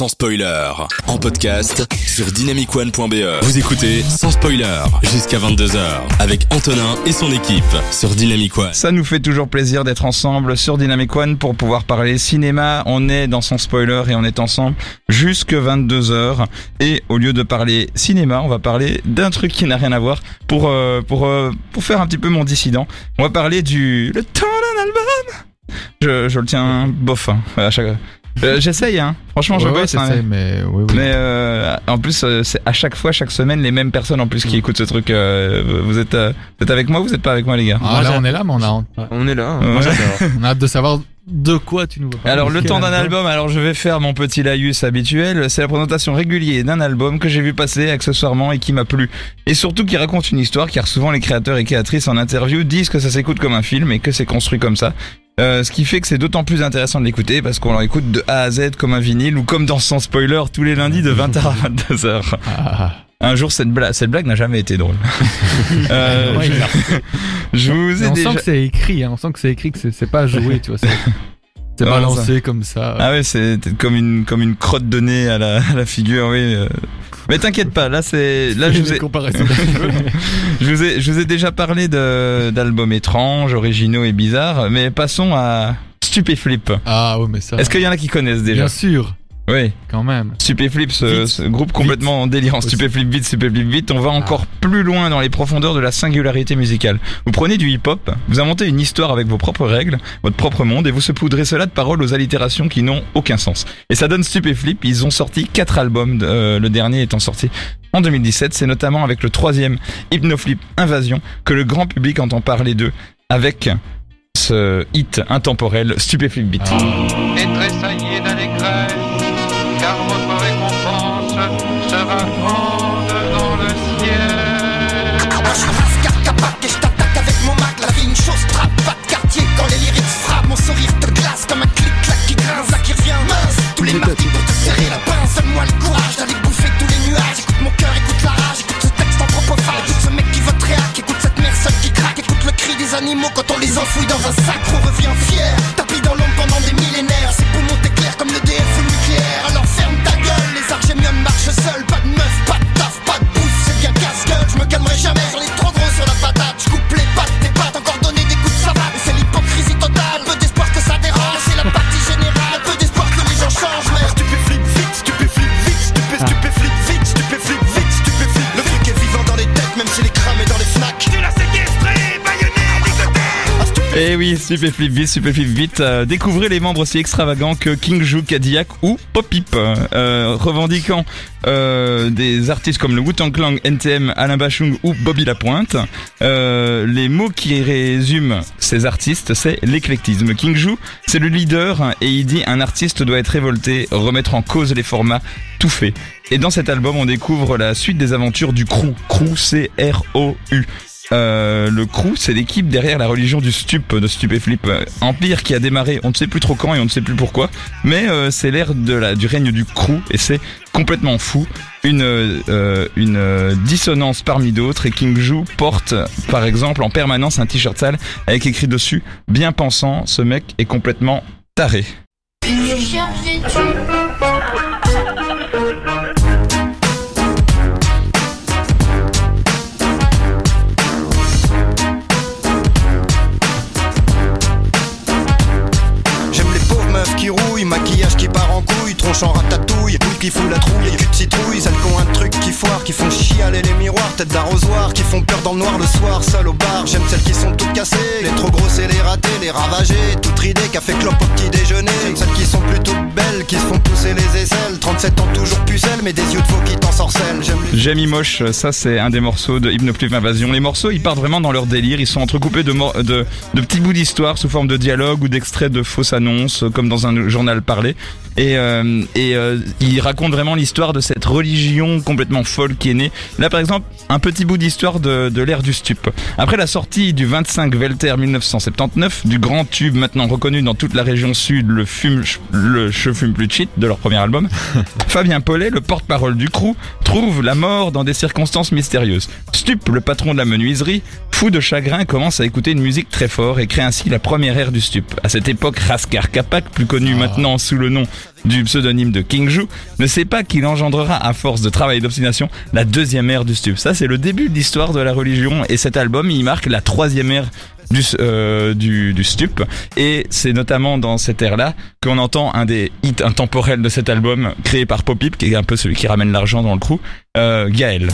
sans spoiler. En podcast sur dynamicone.be. Vous écoutez Sans spoiler jusqu'à 22h avec Antonin et son équipe sur Dynamic One. Ça nous fait toujours plaisir d'être ensemble sur Dynamic One pour pouvoir parler cinéma. On est dans Sans spoiler et on est ensemble jusque 22h. Et au lieu de parler cinéma, on va parler d'un truc qui n'a rien à voir pour faire un petit peu mon dissident. On va parler le temps d'un album. Je le tiens bof à chaque. J'essaye, hein. Franchement, je bosse. Mais en plus, c'est à chaque semaine, les mêmes personnes en plus qui écoutent ce truc. Vous êtes avec moi, vous êtes pas avec moi, les gars? On est là, mais on est là. on a hâte de savoir de quoi tu nous vas parler. Alors, le temps d'un album. Alors, je vais faire mon petit laïus habituel. C'est la présentation régulière d'un album que j'ai vu passer accessoirement et qui m'a plu. Et surtout qui raconte une histoire, car souvent les créateurs et créatrices en interview disent que ça s'écoute comme un film et que c'est construit comme ça. Ce qui fait que c'est d'autant plus intéressant de l'écouter parce qu'on l'écoute de A à Z comme un vinyle ou comme dans Sans spoiler tous les lundis de 20h à 22h. Un jour, cette blague n'a jamais été drôle. Je vous ai on déjà... sent que c'est écrit, on sent que c'est écrit, que c'est pas joué, tu vois. C'est balancé comme ça. Ah ouais, c'est comme une crotte de nez à la figure, oui. Mais t'inquiète pas, je vous ai déjà parlé d'albums étranges, originaux et bizarres, mais passons à Stupéflip. Ah ouais, mais ça. Est-ce qu'il y en a qui connaissent déjà? Bien sûr. Oui. Quand même. Stupéflip, ce groupe complètement délirant. Stupéflip vite. On va encore plus loin dans les profondeurs de la singularité musicale. Vous prenez du hip-hop, vous inventez une histoire avec vos propres règles, votre propre monde, et vous saupoudrez cela de paroles aux allitérations qui n'ont aucun sens. Et ça donne Stupéflip. Ils ont sorti 4 albums, le dernier étant sorti en 2017. C'est notamment avec le 3e Hypnoflip Invasion que le grand public entend parler d'eux, avec ce hit intemporel Stupéflip Beat. Et tressaillez d'allégresse, car votre récompense sera grande dans le ciel. Je suis rascar capac et je t'attaque avec mon Mac. La vie une chose trappe, pas de quartier quand les lyrics frappent. Mon sourire te glace comme un clic-clac qui grince. Là qui revient mince, tous les mardis pour te serrer la pince. Donne-moi le courage d'aller bouffer tous les nuages. Écoute mon cœur, écoute la rage, écoute ce texte anthropophage. Écoute ce mec qui vote réac, écoute cette mère seule qui craque. Écoute le cri des animaux quand on les enfouit dans un sac. On revient fier, tapis dans l'ombre pendant des millénaires. Ses poumons t'éclairent comme le DF ou le nucléaire. Alors ferme ta gueule, les argémions marchent seuls. Pas de meuf, pas de taf, pas de pouce, c'est bien casse-gueule. Je me calmerai jamais, j'en ai trop gros sur la patate. Je coupe les pattes, tes pattes, encore donner des coups de savate. Et c'est l'hypocrisie totale, peu d'espoir que ça dérange. C'est la partie générale, peu d'espoir que les gens changent. Mais stupéflip vite, stupéflip vite, stupéflip vite, stupéflip vite, stupéflip. Le truc est vivant dans les têtes, même s'il est cramé dans les fnacs. Tu l'as séquestré, baïonné, ligoté. Et oui, Stupéflip vite, découvrez les membres aussi extravagants que King Ju, Cadillac ou Pop-Hip, revendiquant des artistes comme le Wu-Tang Clan, NTM, Alain Bachung ou Bobby Lapointe. Les mots qui résument ces artistes, c'est l'éclectisme. King Ju, c'est le leader et il dit un artiste doit être révolté, remettre en cause les formats, tout fait. Et dans cet album, on découvre la suite des aventures du Crew, C-R-O-U. Le Crew, c'est l'équipe derrière la religion du stup de Stupéflip, empire qui a démarré on ne sait plus trop quand et on ne sait plus pourquoi, mais c'est l'ère du règne du Crew et c'est complètement fou, une dissonance parmi d'autres. Et King Ju porte par exemple en permanence un t-shirt sale avec écrit dessus bien pensant, ce mec est complètement taré. Qui rouille, maquillage qui part en couille, tronche en ratatouille, bouille qui fout la trouille, cul de citrouille, celles qui ont un truc qui foire, qui font chialer les miroirs, tête d'arrosoir, qui font peur dans le noir le soir, seul au bar. J'aime celles qui sont toutes cassées, les trop grosses et les ratées, les ravagées, toutes ridées, café clope au petit déjeuner. J'aime celles qui sont plutôt belles, qui se font pousser les aisselles, 37 ans toujours pucelle, mais des yeux de faux qui t'ensorcellent. Jamie Moche, ça c'est un des morceaux de Hypnoflip Invasion. Les morceaux, ils partent vraiment dans leur délire, ils sont entrecoupés de petits bouts d'histoire sous forme de dialogue ou d'extraits de fausses annonces, comme dans un journal parlé. Et il raconte vraiment l'histoire de cette religion complètement folle qui est née. Là par exemple, un petit bout d'histoire de l'ère du stup. Après la sortie du 25 Velter 1979, du grand tube maintenant reconnu dans toute la région sud, le Je fume plus de shit de leur premier album, Fabien Paulet, le porte-parole du Crew, trouve la mort dans des circonstances mystérieuses. Stup, le patron de la menuiserie, fou de chagrin, commence à écouter une musique très fort et crée ainsi la première ère du stup. À cette époque, Raskar Kapak, plus connu maintenant sous le nom du pseudonyme de King Ju, ne sait pas qu'il engendrera à force de travail et d'obstination la deuxième ère du stup. Ça, c'est le début de l'histoire de la religion et cet album, il marque la troisième ère du stup, et c'est notamment dans cette ère-là qu'on entend un des hits intemporels de cet album créé par Popip, qui est un peu celui qui ramène l'argent dans le crew, Gaël.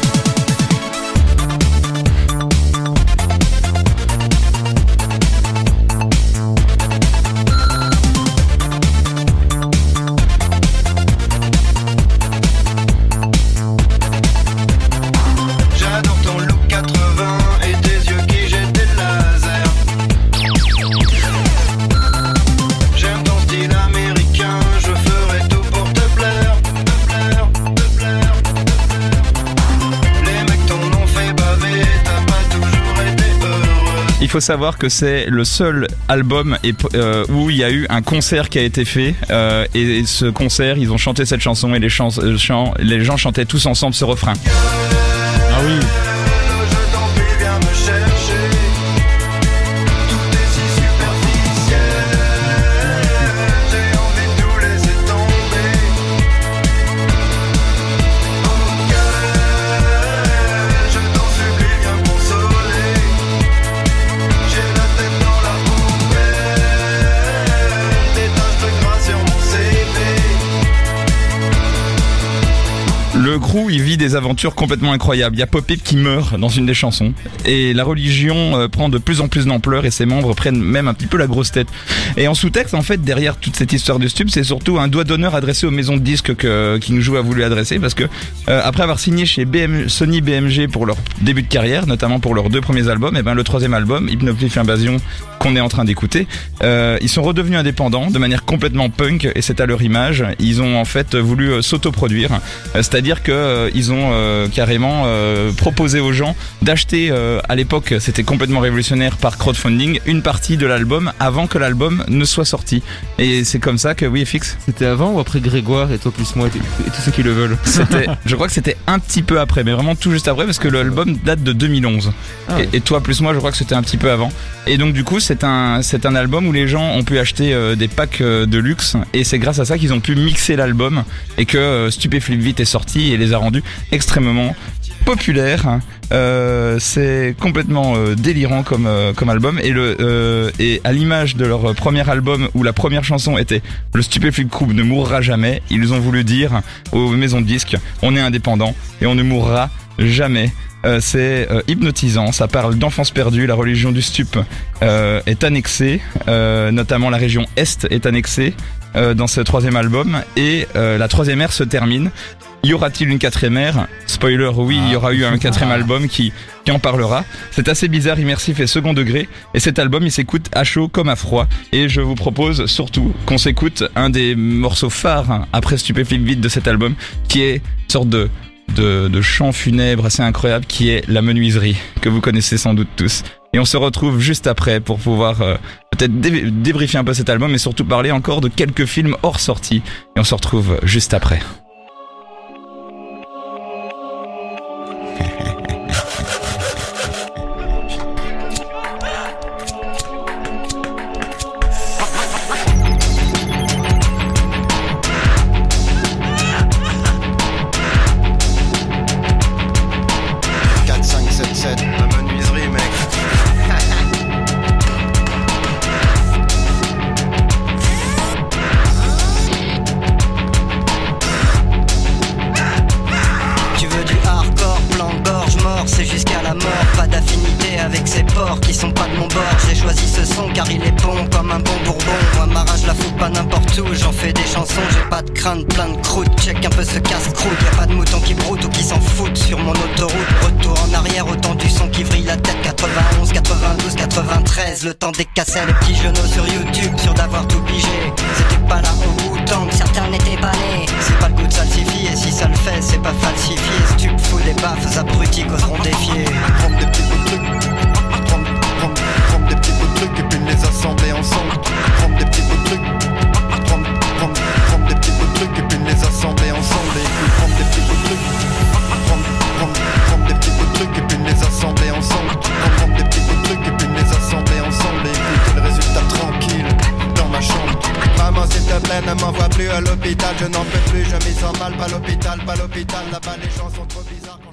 Il faut savoir que c'est le seul album où il y a eu un concert qui a été fait et ce concert, ils ont chanté cette chanson et les gens chantaient tous ensemble ce refrain. Ah oui. Le crew, il vit des aventures complètement incroyables. Il y a Popip qui meurt dans une des chansons. Et la religion prend de plus en plus d'ampleur et ses membres prennent même un petit peu la grosse tête. Et en sous-texte, en fait, derrière toute cette histoire du stup, c'est surtout un doigt d'honneur adressé aux maisons de disques que King Ju a voulu adresser. Parce que après avoir signé chez Sony BMG pour leur début de carrière, notamment pour leurs 2 premiers albums, et ben le 3e album, Hypnopleaf Invasion, qu'on est en train d'écouter, ils sont redevenus indépendants de manière complètement punk, et c'est à leur image. Ils ont en fait voulu s'autoproduire, c'est-à-dire que ils ont carrément proposé aux gens d'acheter, à l'époque c'était complètement révolutionnaire, par crowdfunding, une partie de l'album avant que l'album ne soit sorti. Et c'est comme ça que, oui, FX, C'était avant ou après Grégoire et toi plus moi et tous ceux qui le veulent? je crois que c'était un petit peu après, mais vraiment tout juste après, parce que l'album date de 2011. Ah ouais. Et toi plus moi, je crois que c'était un petit peu avant. Et donc du coup, c'est un album où les gens ont pu acheter des packs de luxe, et c'est grâce à ça qu'ils ont pu mixer l'album, et que Stupéflip est sorti et les a rendus extrêmement populaires. C'est complètement délirant comme album, et à l'image de leur premier album où la première chanson était le Stupéflip Crew ne mourra jamais, ils ont voulu dire aux maisons de disques, on est indépendant et on ne mourra jamais. C'est hypnotisant, ça parle d'enfance perdue, la religion du stup est annexée, notamment la région Est est annexée dans ce 3e album, et la 3e ère se termine. Y aura-t-il une 4e ère? Spoiler, oui, il y aura eu un 4e album qui en parlera. C'est assez bizarre, immersif et second degré, et cet album il s'écoute à chaud comme à froid, et je vous propose surtout qu'on s'écoute un des morceaux phares après Stupéflip Vite de cet album, qui est une sorte de chant funèbre assez incroyable, qui est La Menuiserie, que vous connaissez sans doute tous. Et on se retrouve juste après pour pouvoir peut-être débriefer un peu cet album, et surtout parler encore de quelques films hors sortie. Et on se retrouve juste après. Plein de croûte, check un peu ce casse-croûte. Y'a pas de mouton qui broute ou qui s'en foutent sur mon autoroute. Retour en arrière, autant du son qui vrille la tête. 91, 92, 93, le temps des cassettes, les petits genoux sur YouTube, sûr d'avoir tout pigé. C'était pas là au Wu-Tang, certains n'étaient pas nés. C'est pas le goût de salsifier, et si ça le fait, c'est pas falsifié. Si tu me fous des baffes, abrutis qu'oseront défier. Prendre des petits bouts de trucs, prendre des petits bouts de trucs et puis les assembler ensemble. Prendre des petits bouts de trucs, prendre des petits bouts de trucs et puis les assembler ensemble. Et puis prendre des petits bouts de trucs, prendre des petits bouts de trucs et puis les assembler ensemble. l'hôpital, je n'en peux plus, je m'y sens mal, pas l'hôpital, là-bas les gens sont trop bizarres.